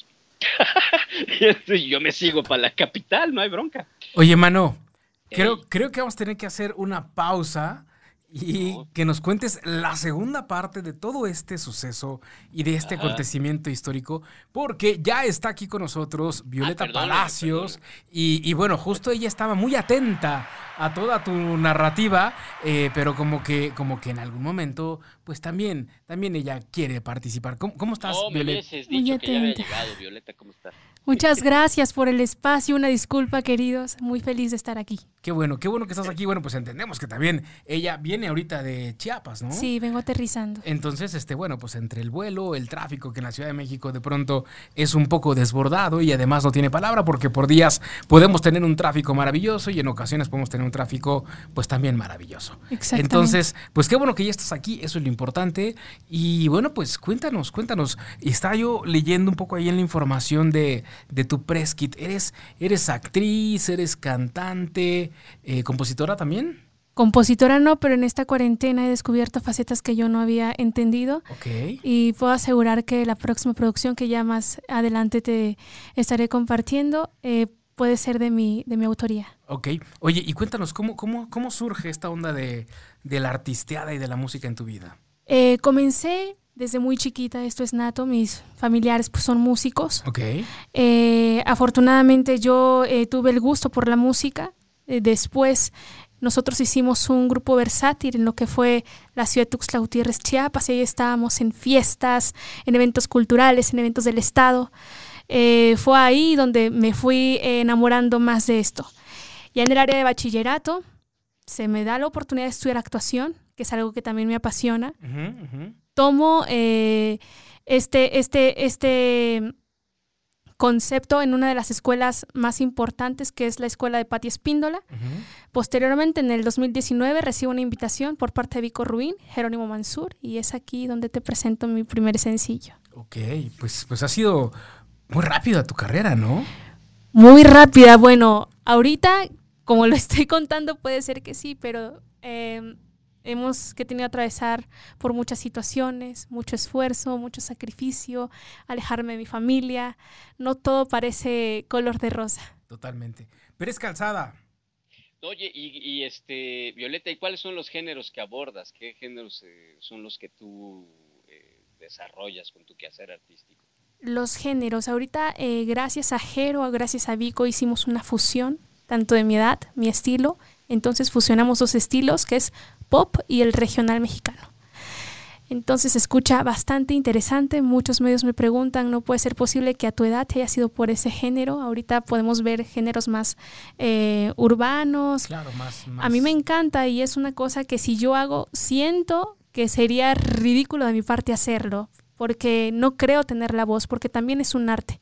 B: Y yo me sigo para la capital, no hay bronca.
A: Oye, mano, creo que vamos a tener que hacer una pausa y
B: No.
A: que nos cuentes la segunda parte de todo este suceso y de este acontecimiento histórico, porque ya está aquí con nosotros Violeta Palacios. Y bueno, justo ella estaba muy atenta a toda tu narrativa, pero como que en algún momento, pues también ella quiere participar. ¿Cómo estás, Violeta?
B: Me hubieses dicho que ya había llegado, Violeta, ¿cómo estás?
C: Muchas gracias por el espacio, una disculpa, queridos, muy feliz de estar aquí.
A: Qué bueno que estás aquí. Bueno, pues entendemos que también ella viene ahorita de Chiapas, ¿no?
C: Sí, vengo aterrizando.
A: Entonces, bueno, pues entre el vuelo, el tráfico, que en la Ciudad de México de pronto es un poco desbordado y además no tiene palabra, porque por días podemos tener un tráfico maravilloso y en ocasiones podemos tener un tráfico pues también maravilloso.
C: Exactamente.
A: Entonces, pues qué bueno que ya estás aquí, eso es lo importante. Y bueno, pues cuéntanos. Estaba yo leyendo un poco ahí en la información de tu press kit. ¿Eres actriz, eres cantante, compositora también?
C: Compositora no, pero en esta cuarentena he descubierto facetas que yo no había entendido.
A: Okay.
C: Y puedo asegurar que la próxima producción que ya más adelante te estaré compartiendo puede ser de mi autoría.
A: Ok. Oye, y cuéntanos, ¿cómo surge esta onda de la artisteada y de la música en tu vida?
C: Comencé desde muy chiquita, esto es nato, mis familiares pues, son músicos.
A: Okay.
C: Afortunadamente yo tuve el gusto por la música. Después nosotros hicimos un grupo versátil en lo que fue la ciudad de Tuxtla Gutiérrez, Chiapas, y ahí estábamos en fiestas, en eventos culturales, en eventos del estado. Fue ahí donde me fui enamorando más de esto. Ya en el área de bachillerato se me da la oportunidad de estudiar actuación, que es algo que también me apasiona. Tomo este concepto en una de las escuelas más importantes, que es la escuela de Pati Espíndola. Posteriormente, en el 2019, recibo una invitación por parte de Vico Rubín, Jerónimo Mansur, y es aquí donde te presento mi primer sencillo.
A: Ok, pues ha sido muy rápida tu carrera, ¿no?
C: Muy rápida. Bueno, ahorita, como lo estoy contando, puede ser que sí, pero hemos tenido que atravesar por muchas situaciones, mucho esfuerzo, mucho sacrificio, alejarme de mi familia. No todo parece color de rosa.
A: Totalmente. Pérez Calzada.
B: Oye, Violeta, ¿y cuáles son los géneros que abordas? ¿Qué géneros son los que tú desarrollas con tu quehacer artístico?
C: Los géneros, ahorita gracias a Jero, gracias a Vico hicimos una fusión, tanto de mi edad, mi estilo, entonces fusionamos dos estilos que es pop y el regional mexicano. Entonces se escucha bastante interesante, muchos medios me preguntan, no puede ser posible que a tu edad te haya sido por ese género, ahorita podemos ver géneros más urbanos.
A: Claro, más.
C: A mí me encanta y es una cosa que si yo hago, siento que sería ridículo de mi parte hacerlo, porque no creo tener la voz, porque también es un arte.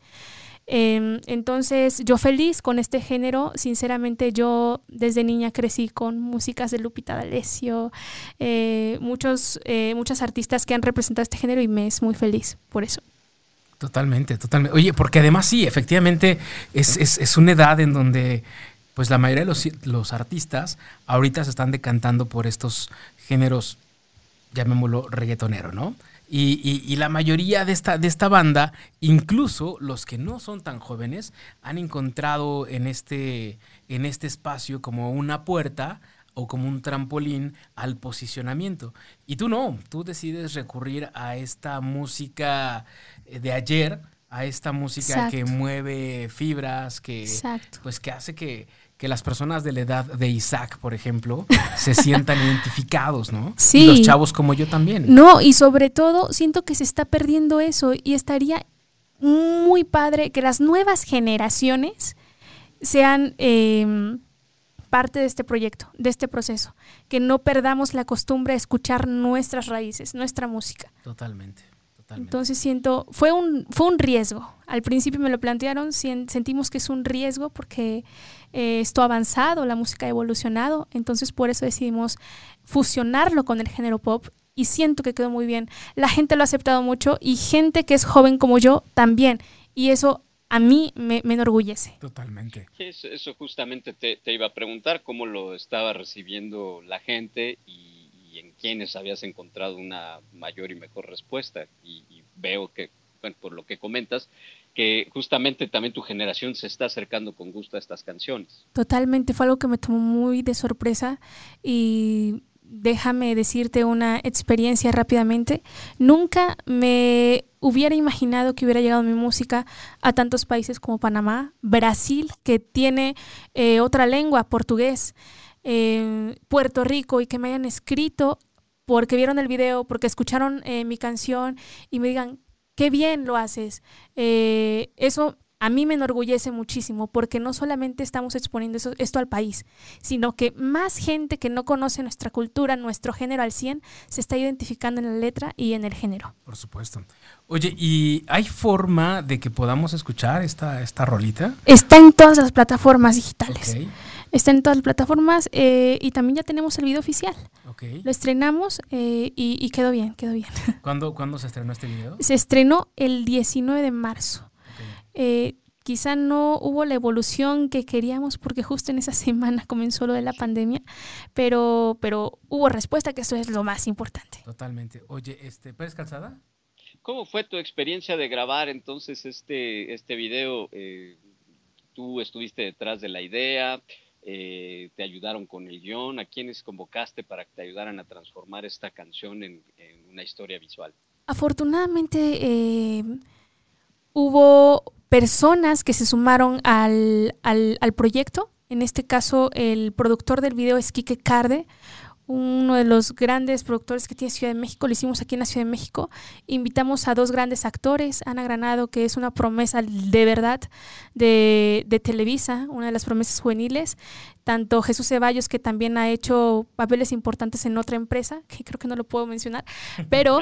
C: Entonces yo feliz con este género, sinceramente yo desde niña crecí con músicas de Lupita D'Alessio, muchas artistas que han representado este género y me es muy feliz por eso.
A: Totalmente. Oye, porque además sí, efectivamente es una edad en donde pues la mayoría de los artistas ahorita se están decantando por estos géneros, llamémoslo reggaetonero, ¿no? Y la mayoría de esta banda, incluso los que no son tan jóvenes, han encontrado en este espacio como una puerta o como un trampolín al posicionamiento. Y tú no, tú decides recurrir a esta música de ayer, a esta música
C: Exacto.
A: que mueve fibras, que
C: Exacto.
A: pues que hace que las personas de la edad de Isaac, por ejemplo, se sientan identificados, ¿no?
C: Sí.
A: Y los chavos como yo también.
C: No, y sobre todo siento que se está perdiendo eso y estaría muy padre que las nuevas generaciones sean parte de este proyecto, de este proceso, que no perdamos la costumbre de escuchar nuestras raíces, nuestra música.
A: Totalmente.
C: Entonces fue un riesgo. Al principio me lo plantearon, sentimos que es un riesgo porque esto ha avanzado, la música ha evolucionado, entonces por eso decidimos fusionarlo con el género pop y siento que quedó muy bien. La gente lo ha aceptado mucho y gente que es joven como yo también, y eso a mí me enorgullece.
A: Totalmente.
B: Eso justamente te iba a preguntar, cómo lo estaba recibiendo la gente y en quiénes habías encontrado una mayor y mejor respuesta. Y veo que, bueno, por lo que comentas, que justamente también tu generación se está acercando con gusto a estas canciones.
C: Totalmente, fue algo que me tomó muy de sorpresa y déjame decirte una experiencia rápidamente. Nunca me hubiera imaginado que hubiera llegado mi música a tantos países como Panamá, Brasil, que tiene otra lengua, portugués, Puerto Rico, y que me hayan escrito porque vieron el video, porque escucharon mi canción y me digan, qué bien lo haces. Eso a mí me enorgullece muchísimo porque no solamente estamos exponiendo esto al país, sino que más gente que no conoce nuestra cultura, nuestro género al 100, se está identificando en la letra y en el género.
A: Por supuesto. Oye, ¿y hay forma de que podamos escuchar esta rolita?
C: Está en todas las plataformas digitales.
A: Okay.
C: Está en todas las plataformas y también ya tenemos el video oficial.
A: Okay.
C: Lo estrenamos y quedó bien, quedó bien.
A: ¿Cuándo se estrenó este video?
C: Se estrenó el 19 de marzo. Okay. Quizá no hubo la evolución que queríamos porque justo en esa semana comenzó lo de la pandemia, pero hubo respuesta, que eso es lo más importante.
A: Totalmente. Oye, ¿Pérez Calzada?
B: ¿Cómo fue tu experiencia de grabar entonces este video? ¿Tú estuviste detrás de la idea? ¿Te ayudaron con el guión? ¿A quiénes convocaste para que te ayudaran a transformar esta canción en una historia visual?
C: Afortunadamente hubo personas que se sumaron al proyecto. En este caso, el productor del video es Quique Carde, uno de los grandes productores que tiene Ciudad de México. Lo hicimos aquí en la Ciudad de México. Invitamos a dos grandes actores, Ana Granado, que es una promesa de verdad de Televisa, una de las promesas juveniles, tanto Jesús Ceballos, que también ha hecho papeles importantes en otra empresa, que creo que no lo puedo mencionar, pero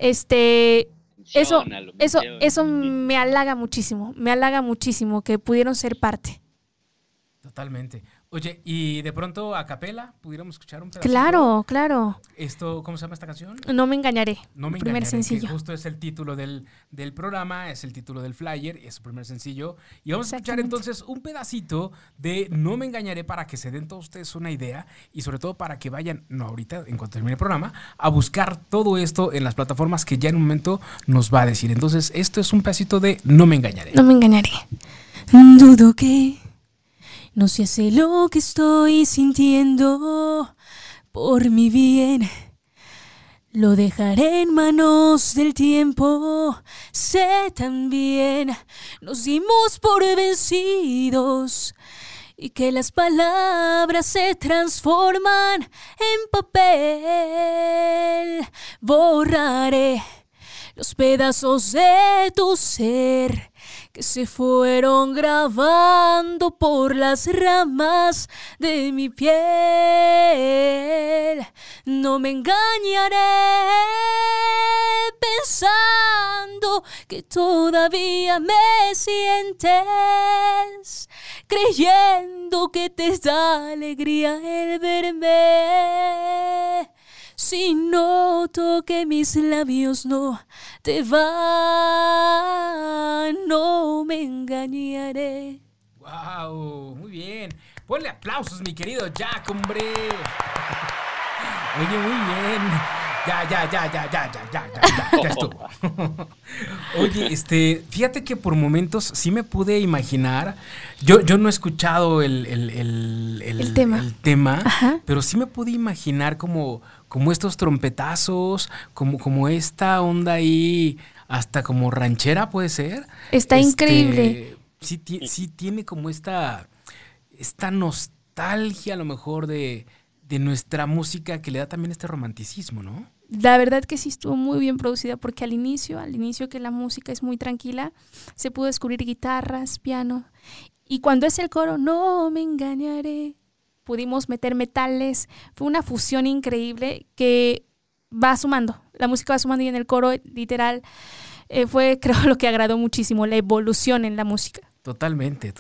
C: eso me halaga muchísimo que pudieron ser parte.
A: Totalmente. Oye, ¿y de pronto a capela pudiéramos escuchar un pedacito?
C: Claro.
A: ¿Cómo se llama esta canción?
C: No me engañaré.
A: No me
C: primer
A: engañaré,
C: sencillo.
A: Que justo es el título del programa, es el título del flyer, es su primer sencillo. Y vamos a escuchar entonces un pedacito de No me engañaré para que se den todos ustedes una idea y sobre todo para que vayan, no ahorita, en cuanto termine el programa, a buscar todo esto en las plataformas que ya en un momento nos va a decir. Entonces, esto es un pedacito de No me engañaré.
C: No me engañaré. Dudo que No se hace lo que estoy sintiendo por mi bien. Lo dejaré en manos del tiempo. Sé también, nos dimos por vencidos y que las palabras se transforman en papel. Borraré los pedazos de tu ser que se fueron grabando por las ramas de mi piel. No me engañaré pensando que todavía me sientes, creyendo que te da alegría el verme. Si noto que mis labios no te van, no me engañaré.
A: ¡Wow! Muy bien. Ponle aplausos, mi querido Jack, hombre. Oye, muy bien. Ya estuvo. Oye, fíjate que por momentos sí me pude imaginar. Yo no he escuchado el tema, pero sí me pude imaginar como estos trompetazos, como esta onda ahí, hasta como ranchera puede ser.
C: Está increíble.
A: Sí tiene como esta nostalgia a lo mejor de nuestra música que le da también este romanticismo, ¿no?
C: La verdad que sí estuvo muy bien producida porque al inicio que la música es muy tranquila, se pudo descubrir guitarras, piano, y cuando es el coro, no me engañaré, pudimos meter metales. Fue una fusión increíble que va sumando, la música va sumando, y en el coro literal fue, creo, lo que agradó muchísimo, la evolución en la música.
A: Totalmente.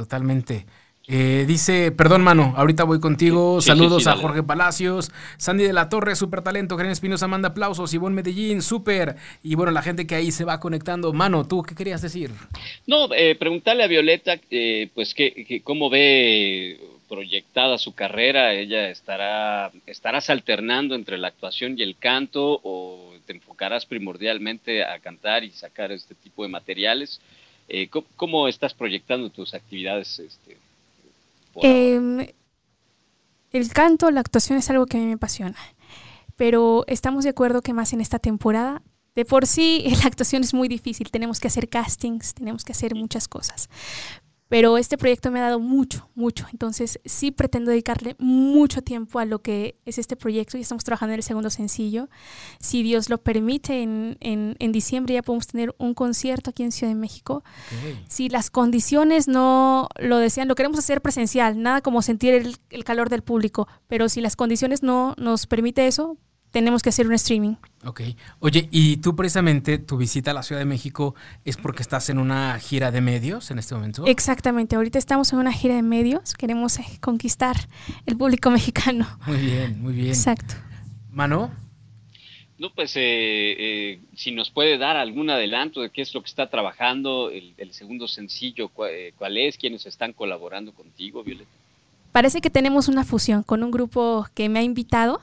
A: Dice, perdón, mano, ahorita voy contigo.
B: Sí,
A: saludos a
B: dale.
A: Jorge Palacios, Sandy de la Torre, súper talento, Karen Espinosa manda aplausos, Ivonne Medellín, súper. Y bueno, la gente que ahí se va conectando. Mano, ¿tú qué querías decir?
B: No, preguntarle a Violeta, pues, cómo ve proyectada su carrera. ¿Ella estarás alternando entre la actuación y el canto, o te enfocarás primordialmente a cantar y sacar este tipo de materiales? ¿Cómo estás proyectando tus actividades por ahora?
C: El canto, la actuación es algo que a mí me apasiona, pero estamos de acuerdo que más en esta temporada. De por sí la actuación es muy difícil, tenemos que hacer castings, tenemos que hacer muchas cosas, pero este proyecto me ha dado mucho, entonces sí pretendo dedicarle mucho tiempo a lo que es este proyecto, y estamos trabajando en el segundo sencillo. Si Dios lo permite, en diciembre ya podemos tener un concierto aquí en Ciudad de México.
A: Okay.
C: Si las condiciones no lo desean, lo queremos hacer presencial, nada como sentir el calor del público, pero si las condiciones no nos permite eso, tenemos que hacer un streaming.
A: Ok. Oye, y tú precisamente, tu visita a la Ciudad de México es porque estás en una gira de medios en este momento.
C: Exactamente, ahorita estamos en una gira de medios, queremos conquistar el público mexicano.
A: Muy bien.
C: Exacto.
A: Mano.
B: No, pues si nos puede dar algún adelanto de qué es lo que está trabajando, el segundo sencillo, cuál es, quiénes están colaborando contigo, Violeta.
C: Parece que tenemos una fusión con un grupo que me ha invitado.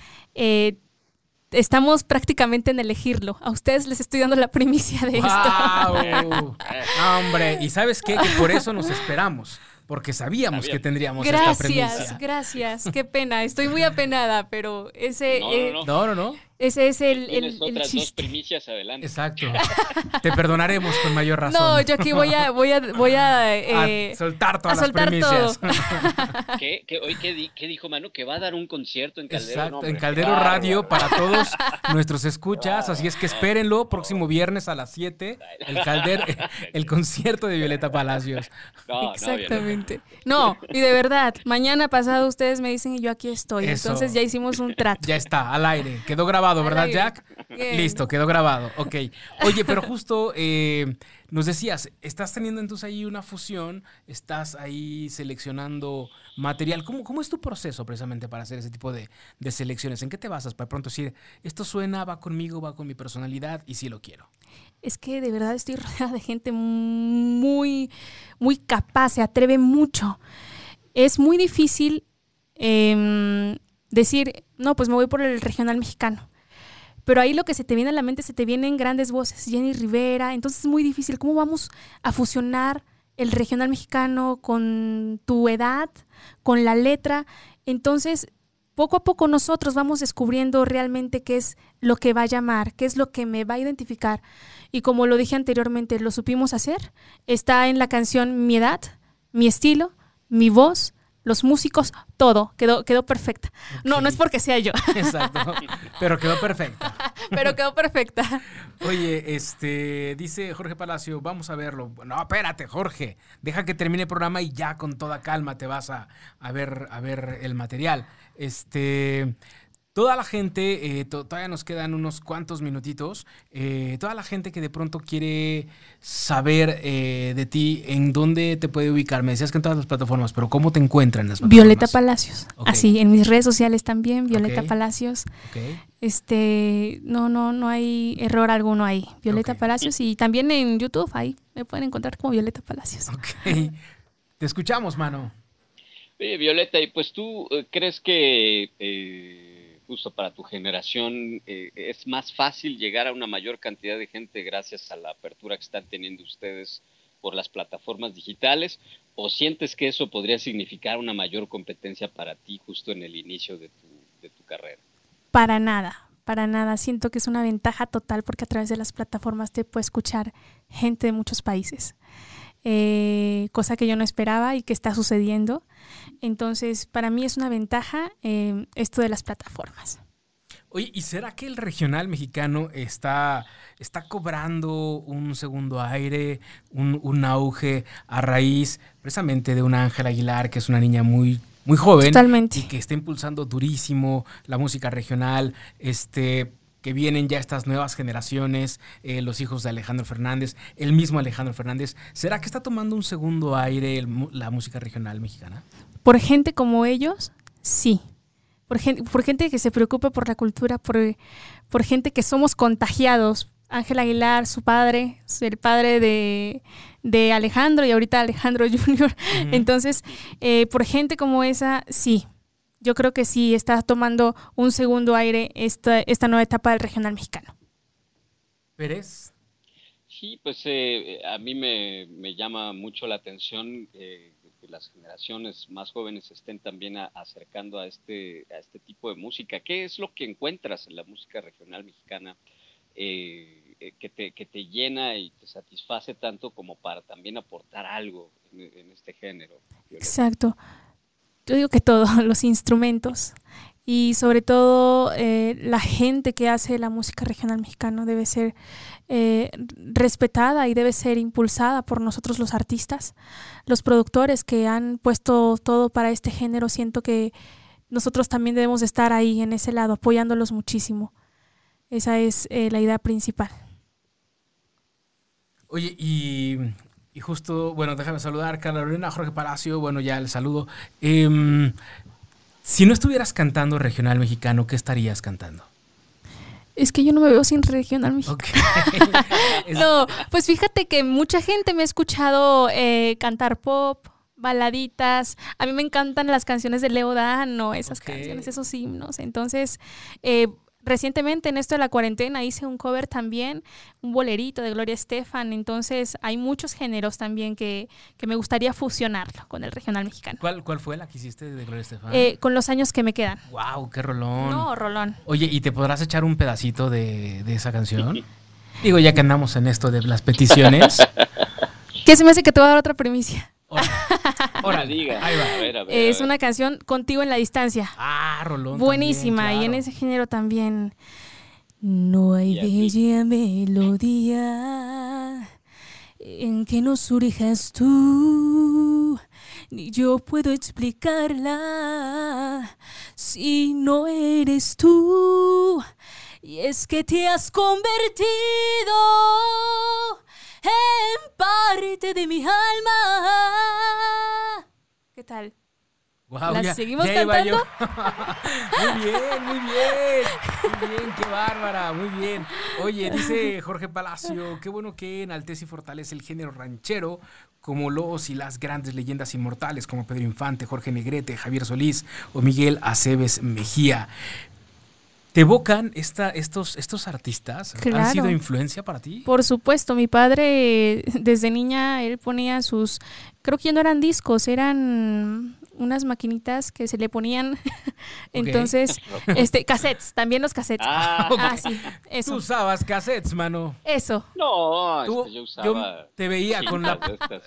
C: Estamos prácticamente en elegirlo. A ustedes les estoy dando la primicia de
A: esto. Hombre, y ¿sabes qué? Que por eso nos esperamos. Porque sabíamos que tendríamos esta premisa.
C: Gracias. Qué pena. Estoy muy apenada, pero ese...
A: No.
C: Ese es el
B: otras
C: chiste.
B: Dos primicias adelante.
A: Exacto. Te perdonaremos con mayor razón.
C: No, yo aquí voy a
A: soltar todas las primicias.
B: ¿Qué dijo Manu? Que va a dar un concierto en Caldero.
A: Exacto,
B: no, hombre,
A: en Caldero Radio para todos nuestros escuchas. Así es que espérenlo, próximo viernes a las 7, el concierto de Violeta Palacios.
C: Exactamente. No, y de verdad, mañana pasado ustedes me dicen y yo aquí estoy.
A: Eso.
C: Entonces ya hicimos un trato.
A: Ya está, al aire. Quedó grabado, ¿verdad, Jack?
C: Bien.
A: Listo, quedó grabado. Ok. Oye, pero justo nos decías, estás teniendo entonces ahí una fusión, estás ahí seleccionando material. ¿Cómo es tu proceso precisamente para hacer ese tipo de selecciones? ¿En qué te basas para pronto decir, esto suena, va conmigo, va con mi personalidad y sí lo quiero?
C: Es que de verdad estoy rodeada de gente muy, muy capaz, se atreve mucho. Es muy difícil decir, no, pues me voy por el regional mexicano. Pero ahí lo que se te viene a la mente, se te vienen grandes voces, Jenny Rivera, entonces es muy difícil. ¿Cómo vamos a fusionar el regional mexicano con tu edad, con la letra. Entonces, poco a poco nosotros vamos descubriendo realmente qué es lo que va a llamar, qué es lo que me va a identificar. Y como lo dije anteriormente, lo supimos hacer. Está en la canción mi edad, mi estilo, mi voz, los músicos, todo. Quedó perfecta. Okay. No es porque sea yo.
A: Exacto, pero quedó perfecta.
C: Pero quedó perfecta.
A: Oye, dice Jorge Palacio, vamos a verlo. No, espérate, Jorge, deja que termine el programa y ya con toda calma te vas a ver el material. Toda la gente, todavía nos quedan unos cuantos minutitos, toda la gente que de pronto quiere saber de ti, ¿en dónde te puede ubicar? Me decías que en todas las plataformas, pero ¿cómo te encuentran en las plataformas?
C: Violeta Palacios, okay. Así, en mis redes sociales también, Violeta okay. Palacios. Okay. No hay error alguno ahí, Violeta okay. Palacios, y también en YouTube, ahí me pueden encontrar como Violeta Palacios.
A: Ok, te escuchamos, mano.
B: Violeta, y pues tú crees que justo para tu generación es más fácil llegar a una mayor cantidad de gente gracias a la apertura que están teniendo ustedes por las plataformas digitales, o sientes que eso podría significar una mayor competencia para ti justo en el inicio de tu carrera?
C: Para nada, siento que es una ventaja total porque a través de las plataformas te puede escuchar gente de muchos países. Cosa que yo no esperaba y que está sucediendo. Entonces, para mí es una ventaja esto de las plataformas.
A: Oye, ¿y será que el regional mexicano está cobrando un segundo aire, un auge a raíz precisamente de una Ángela Aguilar, que es una niña muy joven?
C: Totalmente.
A: Y que está impulsando durísimo la música regional, que vienen ya estas nuevas generaciones, los hijos de Alejandro Fernández, el mismo Alejandro Fernández. ¿Será que está tomando un segundo aire la música regional mexicana?
C: Por gente como ellos, sí. Por gente que se preocupa por la cultura, por gente que somos contagiados. Ángel Aguilar, su padre, el padre de Alejandro y ahorita Alejandro Jr. Uh-huh. Entonces, por gente como esa, sí. Yo creo que sí está tomando un segundo aire esta nueva etapa del regional mexicano.
A: ¿Pérez?
B: Sí, pues a mí me llama mucho la atención que las generaciones más jóvenes se estén también acercando a este tipo de música. ¿Qué es lo que encuentras en la música regional mexicana que te llena y te satisface tanto como para también aportar algo en este género? Violeta?
C: Exacto. Yo digo que todo, los instrumentos y sobre todo la gente que hace la música regional mexicana debe ser respetada y debe ser impulsada por nosotros los artistas, los productores que han puesto todo para este género. Siento que nosotros también debemos estar ahí en ese lado, apoyándolos muchísimo. Esa es la idea principal.
A: Oye, y justo, bueno, déjame saludar, Carolina, Jorge Palacio, bueno, ya el saludo. Si no estuvieras cantando regional mexicano, ¿qué estarías cantando?
C: Es que yo no me veo sin regional mexicano. Okay. No, pues fíjate que mucha gente me ha escuchado cantar pop, baladitas. A mí me encantan las canciones de Leo Dan, esas canciones, esos himnos. Entonces, recientemente en esto de la cuarentena hice un cover también, un bolerito de Gloria Estefan. Entonces hay muchos géneros también que me gustaría fusionarlo con el regional mexicano.
A: ¿Cuál fue la que hiciste de Gloria Estefan?
C: Con Los años que me quedan.
A: ¡Wow! ¡Qué rolón!
C: No, rolón.
A: Oye, ¿y te podrás echar un pedacito de esa canción? Digo, ya que andamos en esto de las peticiones.
C: ¿Qué se me hace que te voy a dar otra primicia?
B: Ahora diga.
A: Ahí va.
B: A ver.
C: Es una canción, Contigo en la distancia.
A: Rolón.
C: Buenísima,
A: también, claro.
C: Y en ese género también. No hay bella melodía en que no surjas tú, ni yo puedo explicarla si no eres tú. Y es que te has convertido en parte de mi alma. ¿Qué tal?
A: Wow,
C: ¿La seguimos cantando?
A: Muy bien, qué bárbara, muy bien. Oye, dice Jorge Palacio, qué bueno que enaltece y fortalece el género ranchero como los y las grandes leyendas inmortales como Pedro Infante, Jorge Negrete, Javier Solís o Miguel Aceves Mejía. ¿Te evocan estos artistas?
C: Claro.
A: ¿Han sido influencia para ti?
C: Por supuesto, mi padre desde niña, él ponía creo que ya no eran discos, eran unas maquinitas que se le ponían, entonces, cassettes, también los cassettes. Sí, eso.
A: Tú usabas cassettes, mano.
C: Eso.
B: No,
A: Tú,
B: yo usaba...
A: yo te veía con la...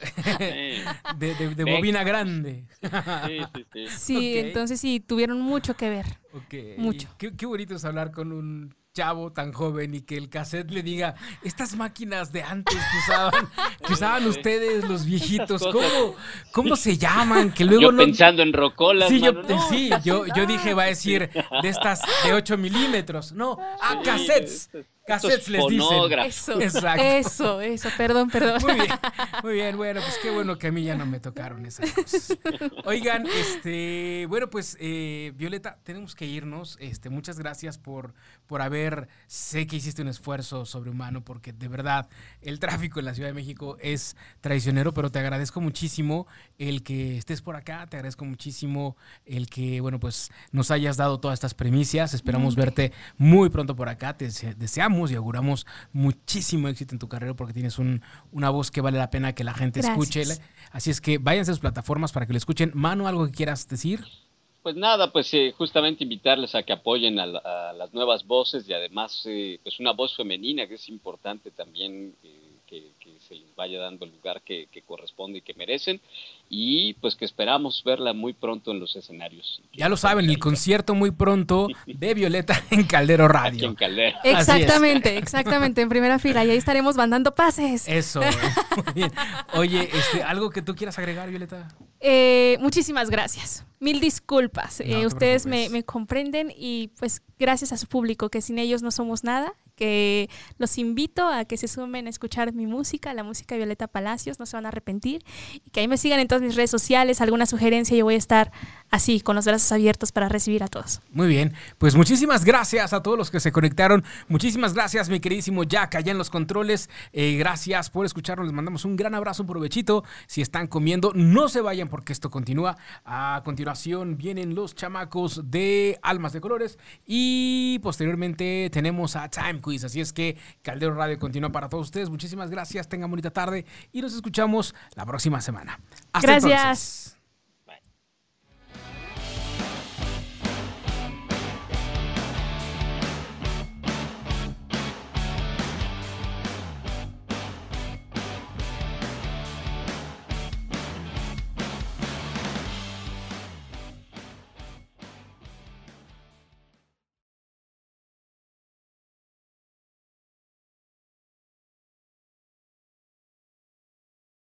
A: de bobina grande.
B: Sí.
C: Sí,
A: Okay.
C: entonces sí, tuvieron mucho que ver.
A: Okay.
C: Mucho.
A: Qué bonito es hablar con un chavo tan joven y que el cassette le diga, estas máquinas de antes que usaban ustedes, los viejitos, ¿cómo se llaman? Que luego
B: yo pensando en rocolas,
A: sí,
B: mano,
A: yo dije, va a decir, de estas de 8 milímetros. No, cassettes. Cassettes les dicen.
C: Eso,
A: exacto.
C: Eso, perdón.
A: Muy bien, bueno, pues qué bueno que a mí ya no me tocaron esas cosas. Oigan, bueno, pues Violeta, tenemos que irnos. Muchas gracias por sé que hiciste un esfuerzo sobrehumano porque de verdad el tráfico en la Ciudad de México es traicionero, pero te agradezco muchísimo el que estés por acá, te agradezco muchísimo el que, bueno, pues nos hayas dado todas estas primicias. Esperamos verte muy pronto por acá, te deseamos y auguramos muchísimo éxito en tu carrera porque tienes una voz que vale la pena que la gente escuche. Así es que váyanse a sus plataformas para que lo escuchen. Manu, ¿algo que quieras decir?
B: Pues nada, pues justamente invitarles a que apoyen a las nuevas voces y además pues una voz femenina que es importante también que se les vaya dando el lugar que corresponde y que merecen y pues que esperamos verla muy pronto en los escenarios.
A: Ya lo saben, el concierto muy pronto de Violeta en Caldero Radio.
B: Aquí en Caldero.
C: Exactamente, en primera fila y ahí estaremos mandando pases.
A: Eso, muy bien. Oye, ¿algo que tú quieras agregar, Violeta?
C: Muchísimas gracias. Mil disculpas. Ustedes me comprenden y pues gracias a su público, que sin ellos no somos nada, que los invito a que se sumen a escuchar mi música, la música de Violeta Palacios, no se van a arrepentir, y que ahí me sigan en todas mis redes sociales, alguna sugerencia, yo voy a estar así, con los brazos abiertos para recibir a todos.
A: Muy bien, pues muchísimas gracias a todos los que se conectaron, muchísimas gracias mi queridísimo Jack allá en los controles, gracias por escucharnos, les mandamos un gran abrazo, un provechito, si están comiendo no se vayan porque esto continúa, a continuación vienen los chamacos de Almas de Colores y posteriormente tenemos a Time Quiz, así es que Caldero Radio continúa para todos ustedes, muchísimas gracias, tengan bonita tarde y nos escuchamos la próxima semana. Hasta
C: gracias.
A: Entonces.